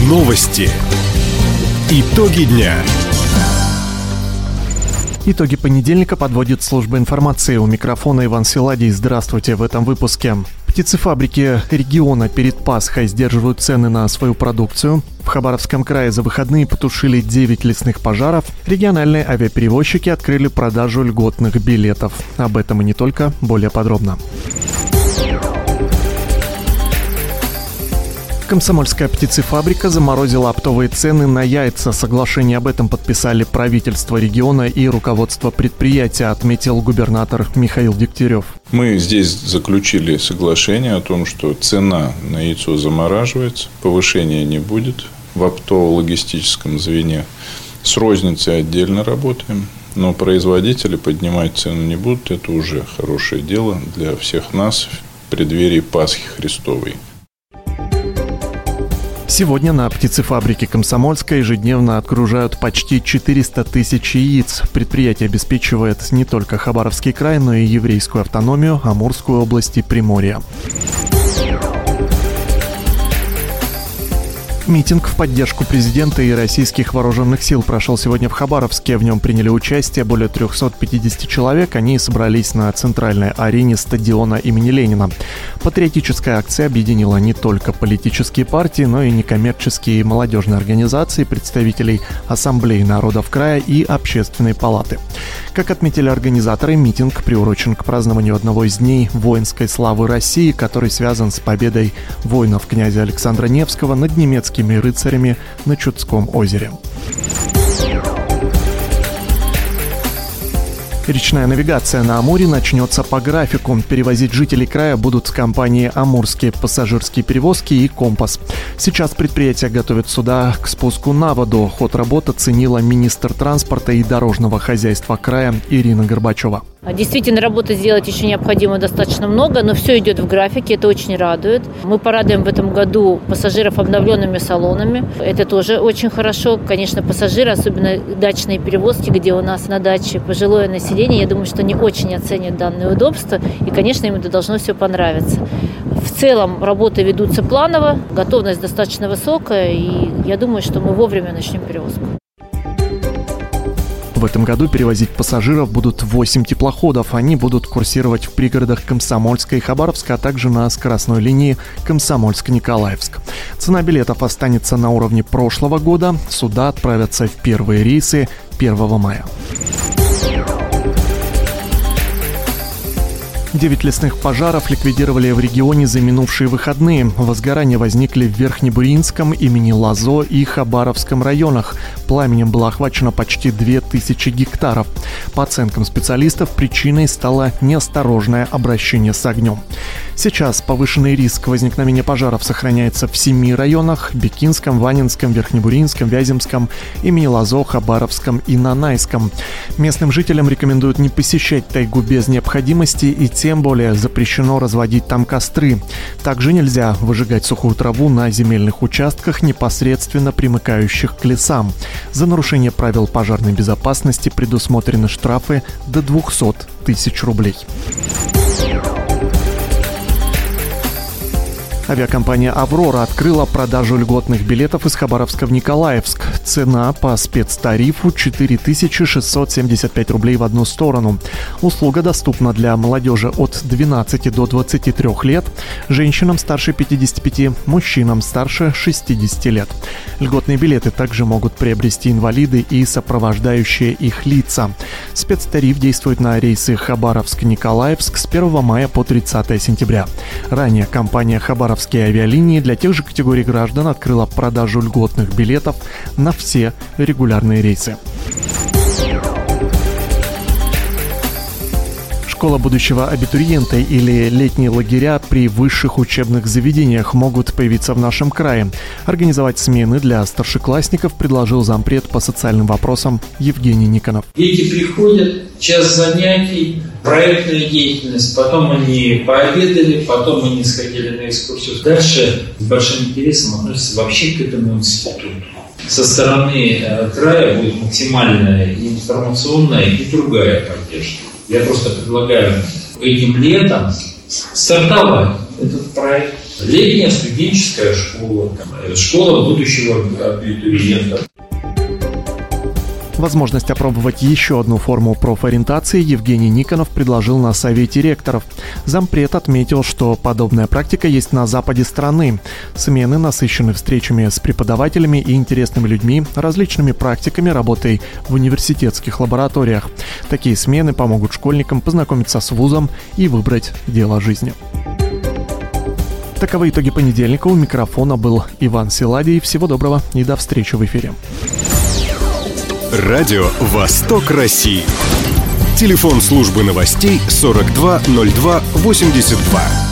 Новости. Итоги дня. Итоги понедельника подводит служба информации. У микрофона Иван Силадий. Здравствуйте в этом выпуске. Птицефабрики региона перед Пасхой сдерживают цены на свою продукцию. В Хабаровском крае за выходные потушили 9 лесных пожаров. Региональные авиаперевозчики открыли продажу льготных билетов. Об этом и не только, более подробно. Комсомольская птицефабрика заморозила оптовые цены на яйца. Соглашение об этом подписали правительство региона и руководство предприятия, отметил губернатор Михаил Дегтярев. Мы здесь заключили соглашение о том, что цена на яйцо замораживается, повышения не будет в оптово-логистическом звене. С розницей отдельно работаем, но производители поднимать цену не будут. Это уже хорошее дело для всех нас в преддверии Пасхи Христовой. Сегодня на птицефабрике «Комсомольская» ежедневно отгружают почти 400 тысяч яиц. Предприятие обеспечивает не только Хабаровский край, но и еврейскую автономию, Амурскую область и Приморье. Митинг в поддержку президента и российских вооруженных сил прошел сегодня в Хабаровске. В нем приняли участие более 350 человек. Они собрались на центральной арене стадиона имени Ленина. Патриотическая акция объединила не только политические партии, но и некоммерческие и молодежные организации, представителей Ассамблеи народов края и Общественной палаты. Как отметили организаторы, митинг приурочен к празднованию одного из дней воинской славы России, который связан с победой воинов князя Александра Невского над немецкими рыцарями на Чудском озере. Речная навигация на Амуре начнется по графику. Перевозить жителей края будут компании «Амурские пассажирские перевозки» и «Компас». Сейчас предприятие готовит суда к спуску на воду. Ход работ оценила министр транспорта и дорожного хозяйства края Ирина Горбачева. Действительно, работы сделать еще необходимо достаточно много, но все идет в графике, это очень радует. Мы порадуем в этом году пассажиров обновленными салонами. Это тоже очень хорошо. Конечно, пассажиры, особенно дачные перевозки, где у нас на даче пожилое население, я думаю, что они очень оценят данное удобство, и, конечно, им это должно все понравиться. В целом работы ведутся планово, готовность достаточно высокая, и я думаю, что мы вовремя начнем перевозку. В этом году перевозить пассажиров будут 8 теплоходов. Они будут курсировать в пригородах Комсомольска и Хабаровска, а также на скоростной линии Комсомольск-Николаевск. Цена билетов останется на уровне прошлого года. Суда отправятся в первые рейсы 1 мая. 9 лесных пожаров ликвидировали в регионе за минувшие выходные. Возгорания возникли в Верхнебуринском, имени Лазо и Хабаровском районах. Пламенем было охвачено почти 2000 гектаров. По оценкам специалистов, причиной стало неосторожное обращение с огнем. Сейчас повышенный риск возникновения пожаров сохраняется в 7 районах – Бекинском, Ванинском, Верхнебуринском, Вяземском, имени Лазо, Хабаровском и Нанайском. Местным жителям рекомендуют не посещать тайгу без необходимости и тем более запрещено разводить там костры. Также нельзя выжигать сухую траву на земельных участках, непосредственно примыкающих к лесам. За нарушение правил пожарной безопасности предусмотрены штрафы до 200 тысяч рублей. Авиакомпания «Аврора» открыла продажу льготных билетов из Хабаровска в Николаевск. Цена по спецтарифу 4675 рублей в одну сторону. Услуга доступна для молодежи от 12 до 23 лет, женщинам старше 55, мужчинам старше 60 лет. Льготные билеты также могут приобрести инвалиды и сопровождающие их лица. Спецтариф действует на рейсы Хабаровск-Николаевск с 1 мая по 30 сентября. Ранее компания «Хабаровские авиалинии» для тех же категорий граждан открыла продажу льготных билетов на все регулярные рейсы. Школа будущего абитуриента или летние лагеря при высших учебных заведениях могут появиться в нашем крае. Организовать смены для старшеклассников предложил зампред по социальным вопросам Евгений Никонов. Дети приходят, час занятий, проектная деятельность, потом они пообедали, потом они сходили на экскурсию. Дальше с большим интересом относятся вообще к этому институту. Со стороны края будет максимальная информационная и другая поддержка. Я просто предлагаю этим летом стартовать этот проект. Летняя студенческая школа, школа будущего абитуриента. Возможность опробовать еще одну форму профориентации Евгений Никонов предложил на совете ректоров. Зампред отметил, что подобная практика есть на западе страны. Смены насыщены встречами с преподавателями и интересными людьми, различными практиками, работой в университетских лабораториях. Такие смены помогут школьникам познакомиться с вузом и выбрать дело жизни. Таковы итоги понедельника. У микрофона был Иван Силадий. Всего доброго и до встречи в эфире. Радио «Восток России». Телефон службы новостей 420282.